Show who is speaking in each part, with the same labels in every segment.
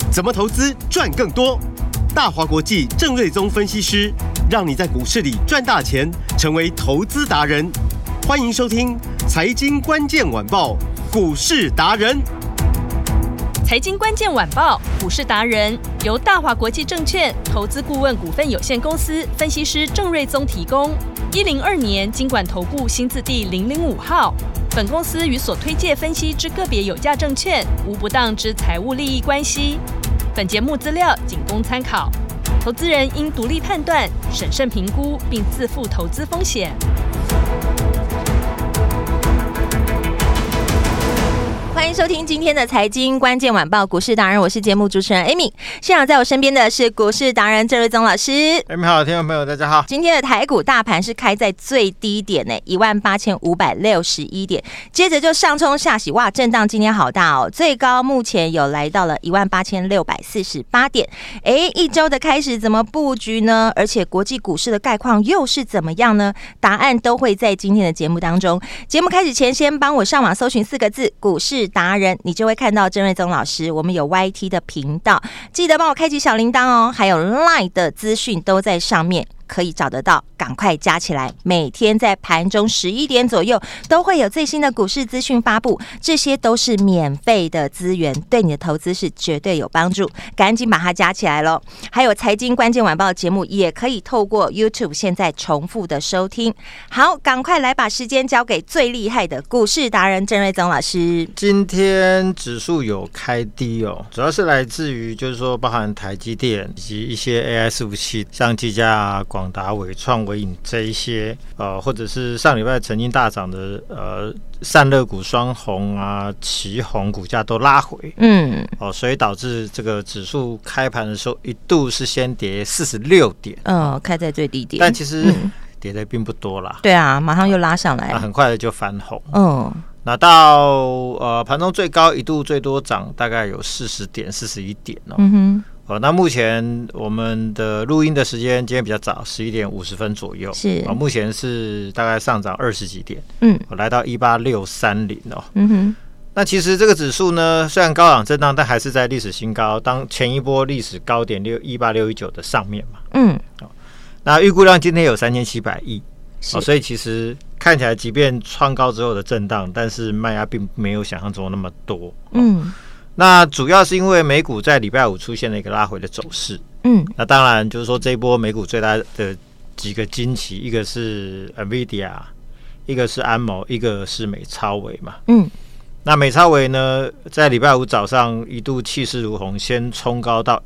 Speaker 1: 怎么投资赚更多？大华国际郑瑞宗分析师让你在股市里赚大钱，成为投资达人。欢迎收听《财经关键晚报》股市达人。
Speaker 2: 财经关键晚报股市达人由大华国际证券投资顾问股份有限公司分析师郑瑞宗提供。102年金管投顾新字第005号。本公司与所推介分析之个别有价证券无不当之财务利益关系。本节目资料仅供参考，投资人应独立判断、审慎评估，并自负投资风险。
Speaker 3: 欢迎收听今天的财经关键晚报股市达人，我是节目主持人 Amy。现场在我身边的是股市达人郑瑞宗老师。
Speaker 4: Amy 好，听众朋友大家好。
Speaker 3: 今天的台股大盘是开在最低点18561点，接着就上冲下洗，哇，震荡今天好大哦，最高目前有来到了18648点。一周的开始怎么布局呢？而且国际股市的概况又是怎么样呢？答案都会在今天的节目当中。节目开始前，先帮我上网搜寻4个字股市达人，你就会看到郑瑞宗老师。我们有 YT 的频道，记得帮我开启小铃铛哦，还有 LINE 的资讯都在上面，可以找得到，赶快加起来。每天在盘中11点左右都会有最新的股市资讯发布，这些都是免费的资源，对你的投资是绝对有帮助，赶紧把它加起来咯。还有财经关键晚报的节目也可以透过 YouTube 现在重复的收听。好，赶快来把时间交给最厉害的股市达人郑瑞宗老师。
Speaker 4: 今天指数有开低哦，主要是来自于就是说包含台积电以及一些 AI 伺服器，像技嘉啊、广达、伟创、伟影这一些，或者是上礼拜曾经大涨的散热股双红啊、奇宏股价都拉回，所以导致这个指数开盘的时候一度是先跌46点，
Speaker 3: 开在最低点，
Speaker 4: 但其实跌的并不多啦。
Speaker 3: 对啊，马上又拉上来，
Speaker 4: 很快的就翻红。那到盘中最高一度最多涨大概有40点、41点哦。那目前我们的录音的时间今天比较早，11点50分左右，
Speaker 3: 是
Speaker 4: 目前是大概上涨20几点，来到18630哦。那其实这个指数呢，虽然高档震荡，但还是在历史新高，当前一波历史高点18619的上面嘛。那预估量今天有3700亿。所以其实看起来，即便创高之后的震荡，但是卖压并没有想象中那么多。那主要是因为美股在礼拜五出现了一个拉回的走势。那当然就是说这一波美股最大的几个惊奇，一个是 NVIDIA， 一个是安谋，一个是美超微嘛。那美超微呢，在礼拜五早上一度气势如虹，先冲高到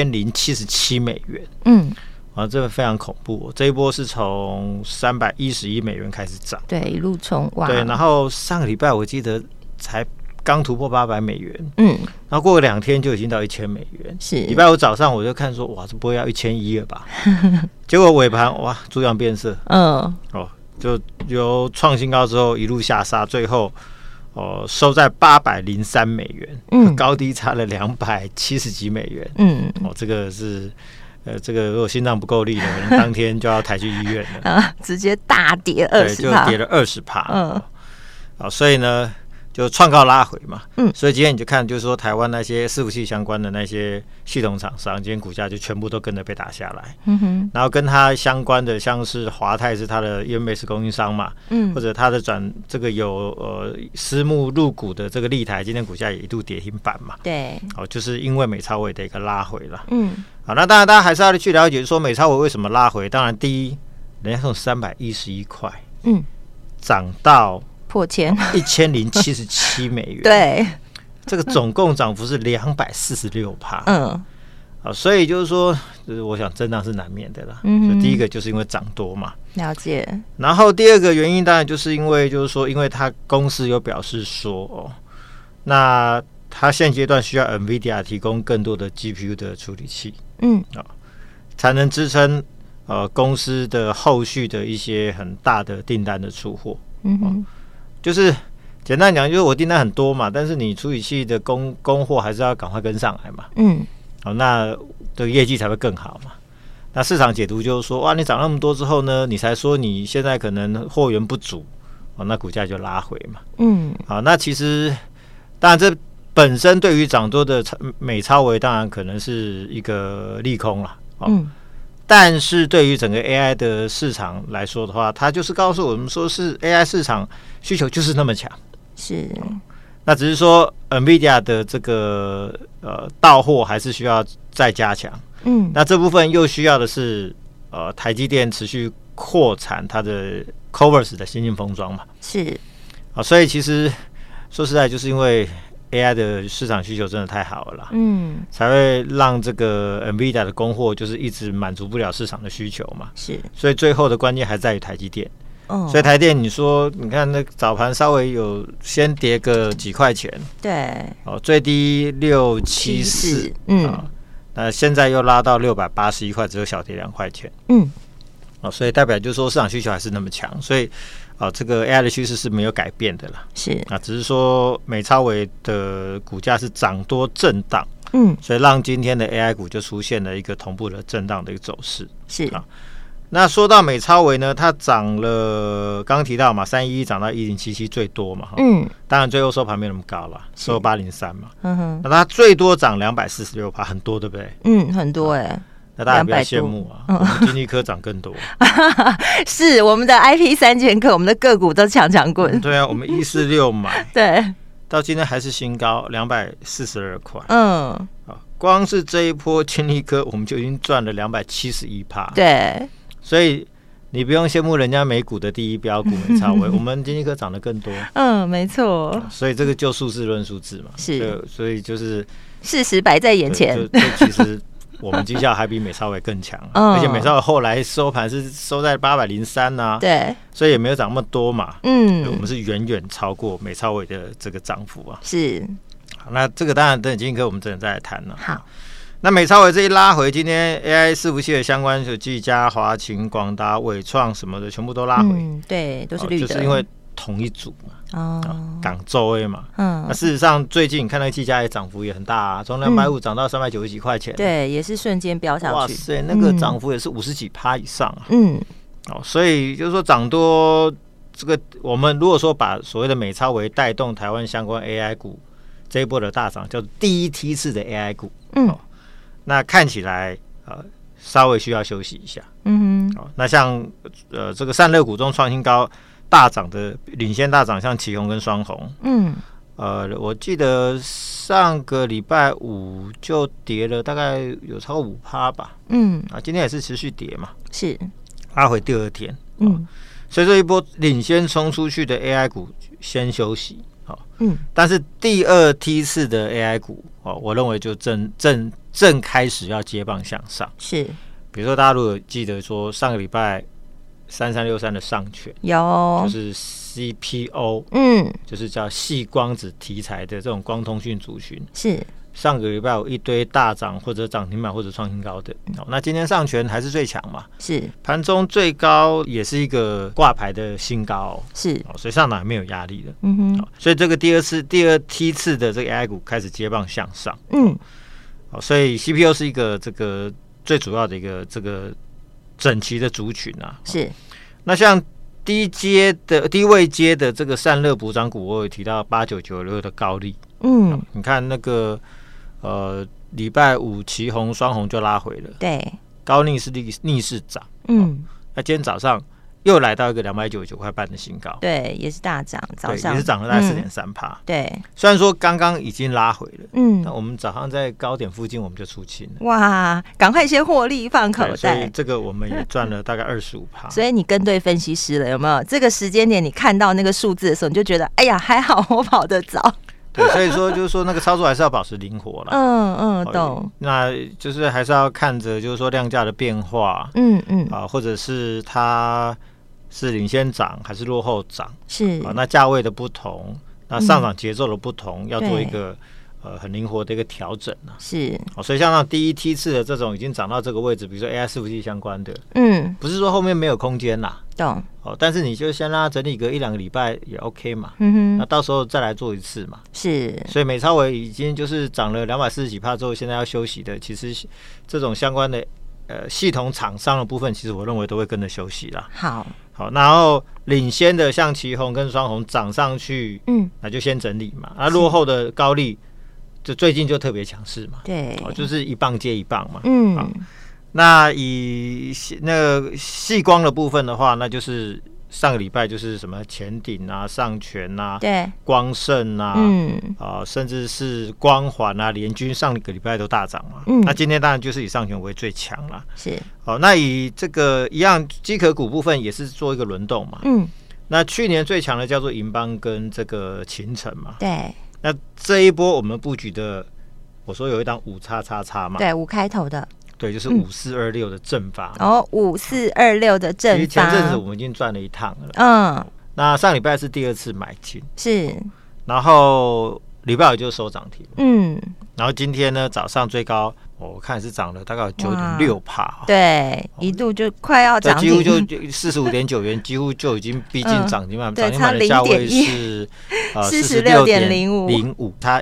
Speaker 4: 1077美元。这个非常恐怖，这一波是从311美元开始涨，
Speaker 3: 对，一路冲，哇！
Speaker 4: 对，然后上个礼拜我记得才刚突破800美元，然后过了2天就已经到1000美元，
Speaker 3: 是。
Speaker 4: 礼拜五早上我就看说，哇，这不会要1100了吧？结果尾盘哇，猪羊变色，就由创新高之后一路下杀，最后收在803美元，高低差了270几美元，这个是。这个如果心脏不够力的人，当天就要抬去医院了，
Speaker 3: 直接大跌20%，
Speaker 4: 对，就跌了20%，所以呢，就创高拉回嘛，所以今天你就看，就是说台湾那些伺服器相关的那些系统厂商，今天股价就全部都跟着被打下来，然后跟它相关的像是华泰是它的 EMS 供应商嘛，或者它的这个有私募入股的这个立台，今天股价也一度跌停板嘛，
Speaker 3: 对，
Speaker 4: 就是因为美超微的一个拉回了，好，那当然大家还是要去了解，说美超微为什么拉回。当然，第一，人家从311块，涨到
Speaker 3: 破千
Speaker 4: 1077美元，
Speaker 3: 对，
Speaker 4: 这个总共涨幅是246%。好，所以就是说，就是我想震荡是难免的啦。第一个就是因为涨多嘛，
Speaker 3: 了解。
Speaker 4: 然后第二个原因当然就是因为他公司有表示说，那他现阶段需要 NVIDIA 提供更多的 GPU 的处理器，才能支撑公司的后续的一些很大的订单的出货。就是简单讲，就是我订单很多嘛，但是你处理器的供货还是要赶快跟上来嘛。那这个业绩才会更好嘛。那市场解读就是说，哇，你涨那么多之后呢，你才说你现在可能货源不足，那股价就拉回嘛。好，那其实当然这本身对于涨多的美超微当然可能是一个利空啦，但是对于整个 AI 的市场来说的话，它就是告诉我们说是 AI 市场需求就是那么强，
Speaker 3: 是。
Speaker 4: 那只是说 NVIDIA 的这个到货还是需要再加强，那这部分又需要的是台积电持续扩产它的 CoWoS 的先进封装嘛，
Speaker 3: 是。
Speaker 4: 所以其实说实在，就是因为 AI 的市场需求真的太好了啦，才会让这个 NVIDIA 的供货就是一直满足不了市场的需求嘛，
Speaker 3: 是。
Speaker 4: 所以最后的关键还在于台积电。所以台电，你说，你看那早盘稍微有先跌个几块钱，
Speaker 3: 对，
Speaker 4: 最低674，那现在又拉到681块，只有小跌2块钱，所以代表就是说市场需求还是那么强，所以这个 AI 的趋势是没有改变的啦，
Speaker 3: 是
Speaker 4: 只是说美超微的股价是涨多震荡，所以让今天的 AI 股就出现了一个同步的震荡的一个走势，
Speaker 3: 是
Speaker 4: 那说到美超微呢，它涨了，刚刚提到嘛，311涨到1077最多嘛，当然最后收盘没那么高了，收803嘛，那它最多涨246%，很多对不对？
Speaker 3: 很多
Speaker 4: 那大家不要羡慕啊，我们金立科涨更多，
Speaker 3: 是我们的 IP3000科，我们的个股都强棍，
Speaker 4: 对啊，我们146买，
Speaker 3: 对，
Speaker 4: 到今天还是新高242块，光是这一波金立科我们就已经赚了271%，
Speaker 3: 对。
Speaker 4: 所以你不用羡慕人家美股的第一标股美超微，我们金立科涨得更多。
Speaker 3: 没错。
Speaker 4: 所以这个就数字论数字嘛，
Speaker 3: 是。
Speaker 4: 所以就是
Speaker 3: 事实摆在眼前。
Speaker 4: 就其实我们绩效还比美超微更强，而且美超微后来收盘是收在803啊，
Speaker 3: 对，
Speaker 4: 所以也没有涨那么多嘛。我们是远远超过美超微的这个涨幅啊。
Speaker 3: 是。
Speaker 4: 好，那这个当然等金立科我们真的再来谈了。
Speaker 3: 好。
Speaker 4: 那美超微这一拉回，今天 AI 伺服器的相关，就技嘉、华擎、广达、伟创什么的，全部都拉回。
Speaker 3: 对，都是绿的，
Speaker 4: 就是因为同一组嘛，港周 A 嘛。那事实上最近你看那个技嘉也涨幅也很大啊，从250涨到390几块钱。
Speaker 3: 对，也是瞬间飙上去。
Speaker 4: 哇塞，那个涨幅也是50几%以上啊。所以就是说涨多，这个我们如果说把所谓的美超微带动台湾相关 AI 股这一波的大涨，叫做第一梯次的 AI 股。那看起来稍微需要休息一下。那像这个散热股中创新高大涨的领先大涨，像奇鋐跟双鸿。我记得上个礼拜五就跌了大概有超过5%吧。今天也是持续跌嘛，
Speaker 3: 是
Speaker 4: 拉回第二天。所以这一波领先冲出去的 AI 股先休息。但是第二梯次的 AI 股，我认为就正开始要接棒向上。
Speaker 3: 是，
Speaker 4: 比如说大家如果记得说上个礼拜3363的上权
Speaker 3: 有，
Speaker 4: 就是 CPO，就是叫细光子题材的这种光通讯族群，
Speaker 3: 是
Speaker 4: 上个礼拜有一堆大涨或者涨停板或者创新高的。那今天上权还是最强嘛，
Speaker 3: 是
Speaker 4: 盘中最高也是一个挂牌的新高，
Speaker 3: 是，
Speaker 4: 所以上档也没有压力的。所以这个第二梯次的这个 AI 股开始接棒向上。所以 CPU 是一个这个最主要的一个这个整齐的族群啊。
Speaker 3: 是，
Speaker 4: 那像低位阶的这个散热补涨股，我有提到8996的高力。你看那个礼拜五奇鋐、双鸿就拉回了，
Speaker 3: 对，
Speaker 4: 高力是逆势涨。那今天早上又来到一个299块半的新高，
Speaker 3: 对，也是大涨，早上
Speaker 4: 也是涨了大概4.3%。
Speaker 3: 对，
Speaker 4: 虽然说刚刚已经拉回了，但我们早上在高点附近我们就出清了。
Speaker 3: 哇，赶快先获利放口袋。
Speaker 4: 所以这个我们也赚了大概25%。
Speaker 3: 所以你跟对分析师了，有没有？这个时间点你看到那个数字的时候，你就觉得，哎呀，还好我跑得早。
Speaker 4: 对，所以说就是说那个操作还是要保持灵活啦。
Speaker 3: 懂。
Speaker 4: 那就是还是要看着就是说量价的变化，或者是它是领先涨还是落后涨，
Speaker 3: 是
Speaker 4: 那价位的不同，那上涨节奏的不同，要做一个很灵活的一个调整啊。
Speaker 3: 是
Speaker 4: 所以像那第一梯次的这种已经涨到这个位置，比如说 AI 伺服器相关的，不是说后面没有空间啦。
Speaker 3: 懂。
Speaker 4: 但是你就先让它整理个1-2个礼拜也 OK 嘛。那到时候再来做一次嘛。
Speaker 3: 是。所
Speaker 4: 以美超微已经就是涨了240几%之后，现在要休息的，其实这种相关的系统厂商的部分，其实我认为都会跟着休息啦。好，然后领先的像奇鋐跟双鸿涨上去，那就先整理嘛。那落后的高力就最近就特别强势嘛，
Speaker 3: 对，
Speaker 4: 就是一棒接一棒嘛，那以那个矽光的部分的话，那就是上个礼拜就是什么前鼎啊、上全啊、
Speaker 3: 对、
Speaker 4: 光盛啊，甚至是光环啊、联军上个礼拜都大涨嘛。那今天当然就是以上全为最强啦。
Speaker 3: 是，
Speaker 4: 那以这个一样机壳股部分也是做一个轮动嘛。那去年最强的叫做银邦跟这个勤诚嘛。
Speaker 3: 对。
Speaker 4: 那这一波我们布局的，我说有一档5XXX嘛。
Speaker 3: 对，5开头的。
Speaker 4: 对，就是5426的正发。
Speaker 3: 5426的正发。其实
Speaker 4: 前阵子我们已经赚了一趟了。那上礼拜是第2次买进。
Speaker 3: 是。
Speaker 4: 然后礼拜5就收涨停。然后今天呢，早上最高我看是涨了大概有 9.6%。
Speaker 3: 对，一度就快要涨停，
Speaker 4: 几乎就45.9元，几乎就已经逼近涨停板。涨停板的价位是46.05，差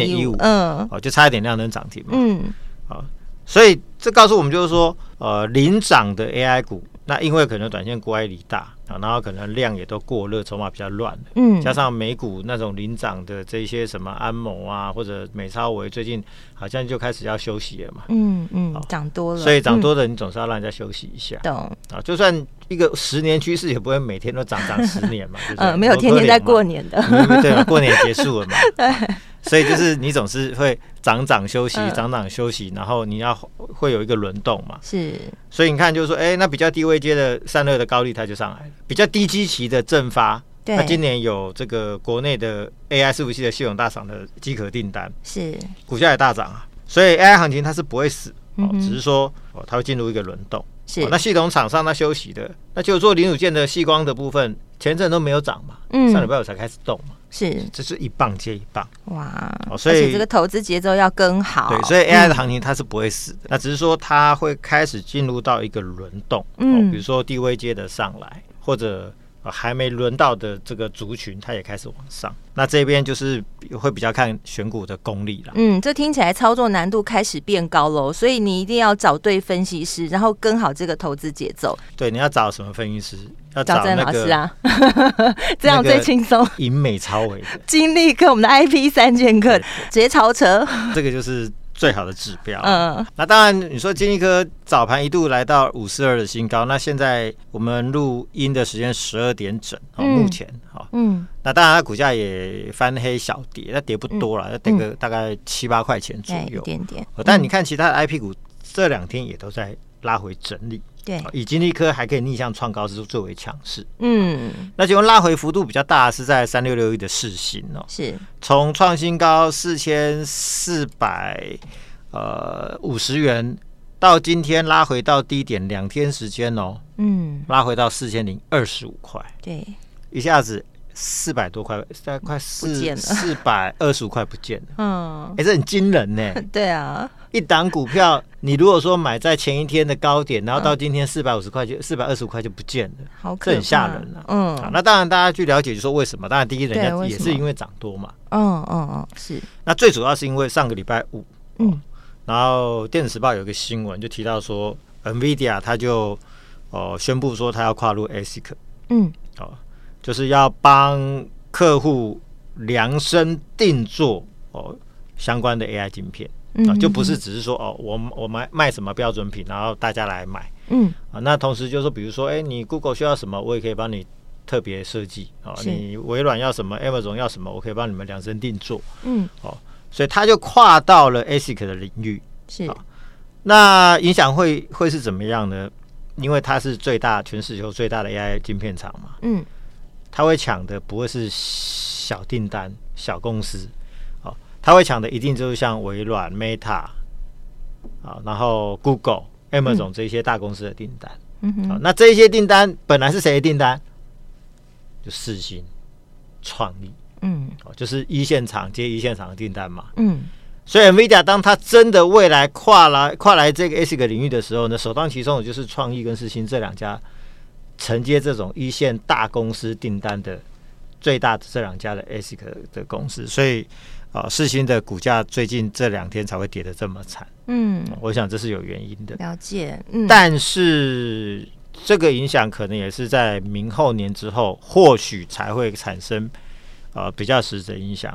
Speaker 4: 0.15，就差一点亮灯涨停嘛。所以这告诉我们就是说，领涨的 AI 股，那因为可能短线乖离大，然后可能量也都过热，筹码比较乱，加上美股那种领涨的这些什么安谋啊或者美超微，最近好像就开始要休息了嘛，
Speaker 3: 涨多了，
Speaker 4: 所以涨多的你总是要让人家休息一下，
Speaker 3: 懂
Speaker 4: 就算一个10年趋势也不会每天都涨10年嘛，
Speaker 3: 没有天天在过年的，
Speaker 4: 对嘛，过年结束了嘛，对。所以就是你总是会涨休息，涨休息，然后你要会有一个轮动嘛。
Speaker 3: 是。
Speaker 4: 所以你看，就是说，那比较低位阶的散热的高利它就上来了，比较低基期的正发，它今年有这个国内的 AI 伺服器的系统大厂的机壳订单，
Speaker 3: 是
Speaker 4: 股价也大涨啊。所以 AI 行情它是不会死，只是说它会进入一个轮动。
Speaker 3: 是。
Speaker 4: 那系统厂商它休息的，那就做零组件的矽光的部分，前阵都没有涨嘛，上礼拜5才开始动嘛。
Speaker 3: 是，
Speaker 4: 这是一棒接一棒，
Speaker 3: 哇！所以而且这个投资节奏要更好。
Speaker 4: 对，所以 AI 的行情它是不会死的，那只是说它会开始进入到一个轮动，比如说低位接的上来，或者还没轮到的这个族群，它也开始往上。那这边就是会比较看选股的功力啦。
Speaker 3: 这听起来操作难度开始变高喽，所以你一定要找对分析师，然后跟好这个投资节奏。
Speaker 4: 对，你要找什么分析师？要
Speaker 3: 找郑老师啊，这样最轻松。
Speaker 4: 银美超微的
Speaker 3: 金立科，我们的 IP 3剑客直接超车，
Speaker 4: 这个就是最好的指标。那当然，你说金立科早盘一度来到542的新高，那现在我们录音的时间12点整，目前那当然它股价也翻黑小跌，那跌不多了，跌个大概7、8块钱左右，
Speaker 3: 一点点。
Speaker 4: 但你看其他的 IP 股这2天也都在拉回整理。
Speaker 3: 对，
Speaker 4: 以金立科还可以逆向创高是最为强势。那结果拉回幅度比较大是在3661的世芯
Speaker 3: 是
Speaker 4: 从创新高4450元到今天拉回到低点2天时间拉回到4025块，
Speaker 3: 对，
Speaker 4: 一下子400多块，大概快425块不见了，这很惊人呢。
Speaker 3: 对啊。
Speaker 4: 一档股票，你如果说买在前一天的高点，然后到今天450块就425块就不见了，
Speaker 3: 好可怕，
Speaker 4: 这很吓人了。那当然大家去了解，就说为什么？当然第一，人家也是因为涨多嘛。
Speaker 3: 是。
Speaker 4: 那最主要是因为上个礼拜5，然后电子时报有一个新闻就提到说 ，NVIDIA 它就宣布说它要跨入 ASIC，就是要帮客户量身定做相关的 AI 晶片。就不是只是说我卖什么标准品，然后大家来买。那同时就是说，比如说，你 Google 需要什么，我也可以帮你特别设计。你微软要什么 ，Amazon 要什么，我可以帮你们量身定做。所以它就跨到了 ASIC 的领域。
Speaker 3: 是。
Speaker 4: 那影响会是怎么样呢？因为它是全世界最大的 AI 晶片厂嘛。它会抢的不会是小订单、小公司。他会抢的一定就是像微软、Meta 然后 Google、Amazon 这些大公司的订单。那这些订单本来是谁的订单？就世芯、创意，就是一线厂接一线厂的订单嘛。所以 NVIDIA 当它真的未来跨来这个 ASIC 领域的时候呢，首当其冲的就是创意跟世芯这2家承接这种一线大公司订单的最大的这2家的 ASIC 的公司，所以。世芯的股价最近这2天才会跌得这么惨，我想这是有原因的。
Speaker 3: 了解，
Speaker 4: 但是这个影响可能也是在明后年之后，或许才会产生比较实质的影响。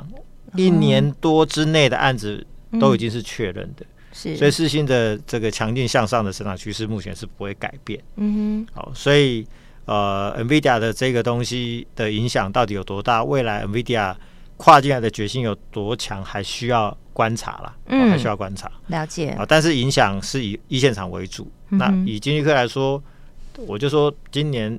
Speaker 4: 1年多之内的案子都已经是确认的。
Speaker 3: 是，
Speaker 4: 所以世芯的这个强劲向上的成长趋势目前是不会改变。好，所以NVIDIA 的这个东西的影响到底有多大？未来 NVIDIA 跨进来的决心有多强，还需要观察啦。还需要观察。
Speaker 3: 了解。
Speaker 4: 但是影响是以一线厂为主。那以经济科来说，我就说今年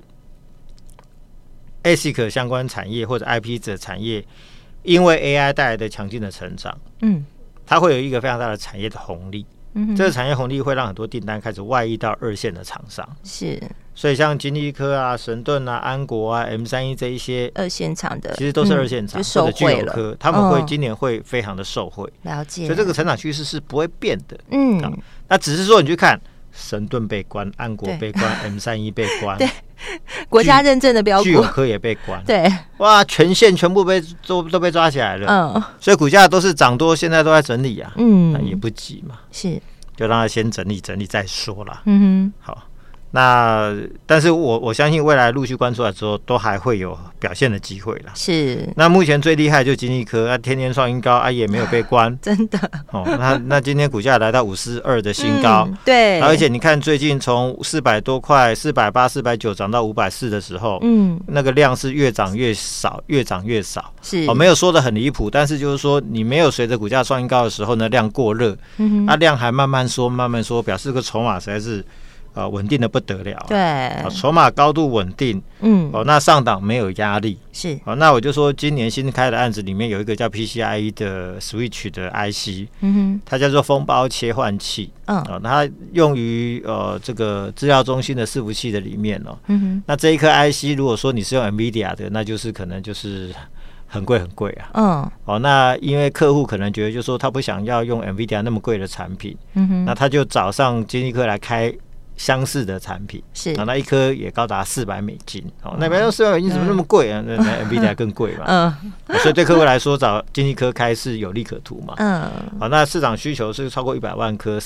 Speaker 4: ASIC 相关产业或者 IP 的产业，因为 AI 带来的强劲的成长，它会有一个非常大的产业的红利。这个产业红利会让很多订单开始外溢到2线的厂商。
Speaker 3: 是，
Speaker 4: 所以像金立科啊、神盾啊、安国啊、M31这一些
Speaker 3: 2线厂的，
Speaker 4: 其实都是2线厂或者具有科，他们会今年会非常的受惠。
Speaker 3: 了解。
Speaker 4: 所以这个成长趋势是不会变的。那只是说你去看神盾被关，安国被关，M31被关，
Speaker 3: 对，国家认证的标股，
Speaker 4: 具有科也被关，
Speaker 3: 对，
Speaker 4: 哇，全线全部都被抓起来了。所以股价都是涨多，现在都在整理啊。那也不急嘛，
Speaker 3: 是，
Speaker 4: 就让它先整理再说啦。好。那但是我相信未来陆续关出来之后，都还会有表现的机会啦。
Speaker 3: 是。那
Speaker 4: 目前最厉害就金立科，天天创新高也没有被关，
Speaker 3: 真的。
Speaker 4: 那今天股价来到52的新高，
Speaker 3: 对。
Speaker 4: 而且你看最近从400多块、480、490涨到540的时候，那个量是越涨越少，越涨越少。
Speaker 3: 是。
Speaker 4: 没有说的很离谱，但是就是说你没有随着股价创新高的时候呢，量过热，量还慢慢缩，表示这个筹码实在是。稳定的不得了。
Speaker 3: 对，
Speaker 4: 筹码高度稳定。那上档没有压力。
Speaker 3: 是。
Speaker 4: 那我就说今年新开的案子里面有一个叫 PCIe 的 Switch 的 IC，它叫做封包切换器。它用于这个资料中心的伺服器的里面哦。那这一颗 IC 如果说你是用 NVIDIA 的，那就是可能就是很贵啊。那因为客户可能觉得就是说他不想要用 NVIDIA 那么贵的产品，那他就找上经济科来开相似的产品。
Speaker 3: 是。
Speaker 4: 那一颗也高达$400。那边用$400怎么那么贵啊？那 NVIDIA 更贵嘛。所以对客户来说找经济科开是有利可图嘛。那市场需求是超过100万颗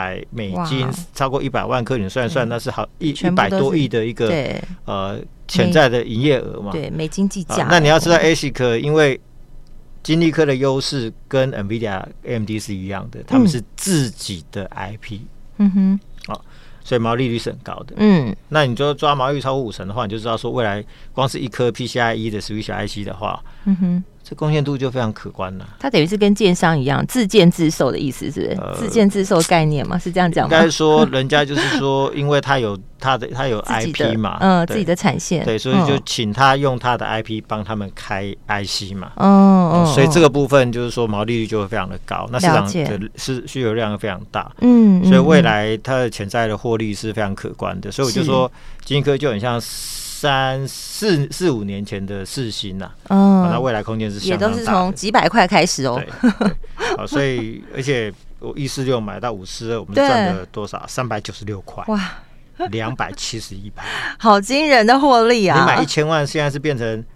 Speaker 4: ，$400超过100万颗，你算那是好100多亿的一个潜在的营业额嘛。
Speaker 3: 对，美金计价。
Speaker 4: 那你要知道 ASIC 因为经济科的优势跟 NVIDIA、AMD 是一样的，他们是自己的 IP。所以毛利率是很高的。那你就抓毛利率超过50%的话，你就知道说未来光是一颗 PCIe 的 Switch IC 的话，这贡献度就非常可观了。
Speaker 3: 它等于是跟建商一样自建自售的意思，是不是？自建自售概念吗？是这样讲吗？
Speaker 4: 应该说人家就是说，因为他有IP 嘛，
Speaker 3: 自己的产线，
Speaker 4: 对，所以就请他用他的 IP 帮他们开 IC 嘛。所以这个部分就是说毛利率就会非常的高，那市场的需求量非常大。所以未来它的潜在的获利是非常可观的。所以我就说，经济科就很像4-5年前的世芯呐。那未来空间是相当大的，
Speaker 3: 也都是从几百块开始哦。
Speaker 4: 对，所以而且我146买到52，我们赚了多少？396块。哇，271%，
Speaker 3: 好惊人的获利啊！
Speaker 4: 你买1000万，现在是变成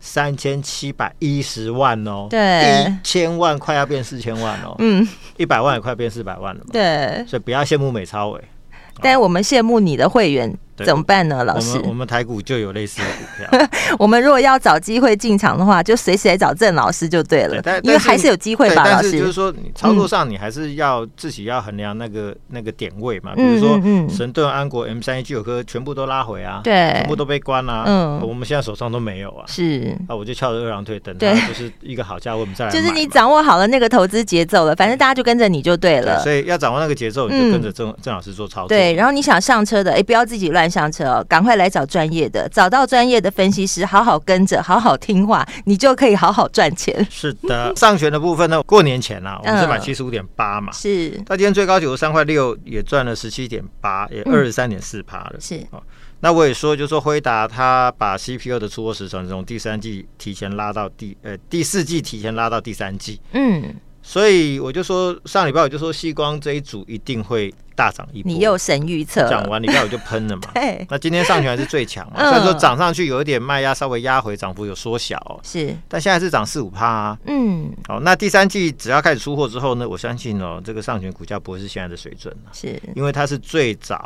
Speaker 4: 3710万哦。
Speaker 3: 对
Speaker 4: ，1000万快要变4000万哦。100万也快变400万了嘛。
Speaker 3: 对，
Speaker 4: 所以不要羡慕美超伟，
Speaker 3: 但是我们羡慕你的会员。怎么办呢，老师？
Speaker 4: 我们台股就有类似的股票。
Speaker 3: 我们如果要找机会进场的话，就随时来找郑老师就对了，因为还是有机会吧，老师。
Speaker 4: 但是就是说，你操作上你还是要自己要衡量那个点位嘛。比如说神盾、安国、M31、具有科全部都拉回啊，对，全部都被关啊。我们现在手上都没有啊。是啊，我就翘着二郎腿等它，就是一个好价位我们再来买。
Speaker 3: 就是你掌握好了那个投资节奏了，反正大家就跟着你就对了。
Speaker 4: 所以要掌握那个节奏，你就跟着郑老师做操作。
Speaker 3: 对，然后你想上车的，不要自己乱上车哦，赶快来找专业的，找到专业的分析师，好好跟着，好好听话，你就可以好好赚钱。
Speaker 4: 是的，上权的部分呢，过年前啊，我们是买75.8嘛，
Speaker 3: 是。
Speaker 4: 它今天最高93.6块，也赚了17.8%，也23.4%了。是。那我也说，就说辉达它把 CPU 的出货时程从第4季提前拉到第3季。所以我就说上礼拜我就说矽光这一组一定会大涨一波，
Speaker 3: 你又神预测，
Speaker 4: 讲完礼拜我就喷了嘛。那今天上权还是最强嘛，虽然说涨上去有一点卖压，稍微压回，涨幅有缩小，是，但现在是涨4-5%啊。好，那第3季只要开始出货之后呢，我相信这个上权股价不会是现在的水准了，是因为它是最早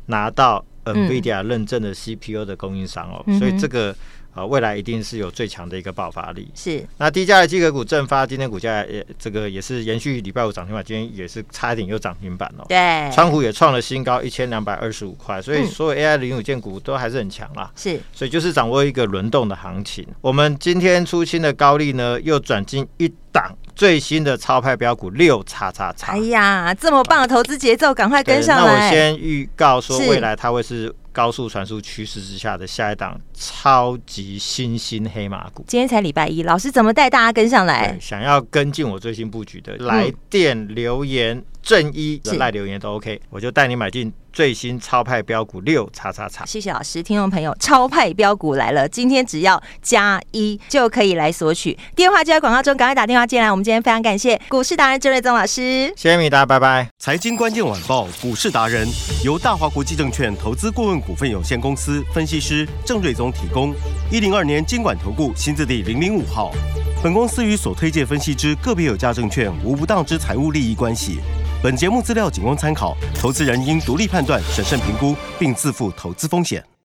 Speaker 4: 拿到 NVIDIA 认证的 CPU 的供应商哦，所以这个未来一定是有最强的一个爆发力。
Speaker 3: 是，
Speaker 4: 那低价的机壳股正发，今天股价也是延续礼拜五涨停板，今天也是差一点又涨停板哦。
Speaker 3: 对，
Speaker 4: 川股也创了新高1225块，所以所有 AI 零组件股都还是很强啦。
Speaker 3: 是，
Speaker 4: 所以就是掌握一个轮动的行情。我们今天出清的高利呢，又转进一档最新的超派标股6XXX。
Speaker 3: 哎呀，这么棒的投资节奏，赶快跟上来。
Speaker 4: 那我先预告说，未来它会是高速传输趋势之下的下一档超级新兴黑马股。
Speaker 3: 今天才礼拜一，老师怎么带大家跟上来？
Speaker 4: 想要跟进我最新布局的，来电留言正一的赖留言都 OK， 我就带你买进最新超派标股6XXX。
Speaker 3: 谢谢老师，听众朋友，超派标股来了，今天只要+1就可以来索取，电话就在广告中，赶快打电话进来。我们今天非常感谢股市达人郑瑞宗老师，
Speaker 4: 谢谢米达，拜拜。
Speaker 1: 财经关键晚报股市达人由大华国际证券投资顾问股份有限公司分析师郑瑞宗提供，102年金管投顾新字第005号。本公司与所推介分析之个别有价证券无不当之财务利益关系。本节目资料仅供参考，投资人应独立判断、审慎评估，并自负投资风险。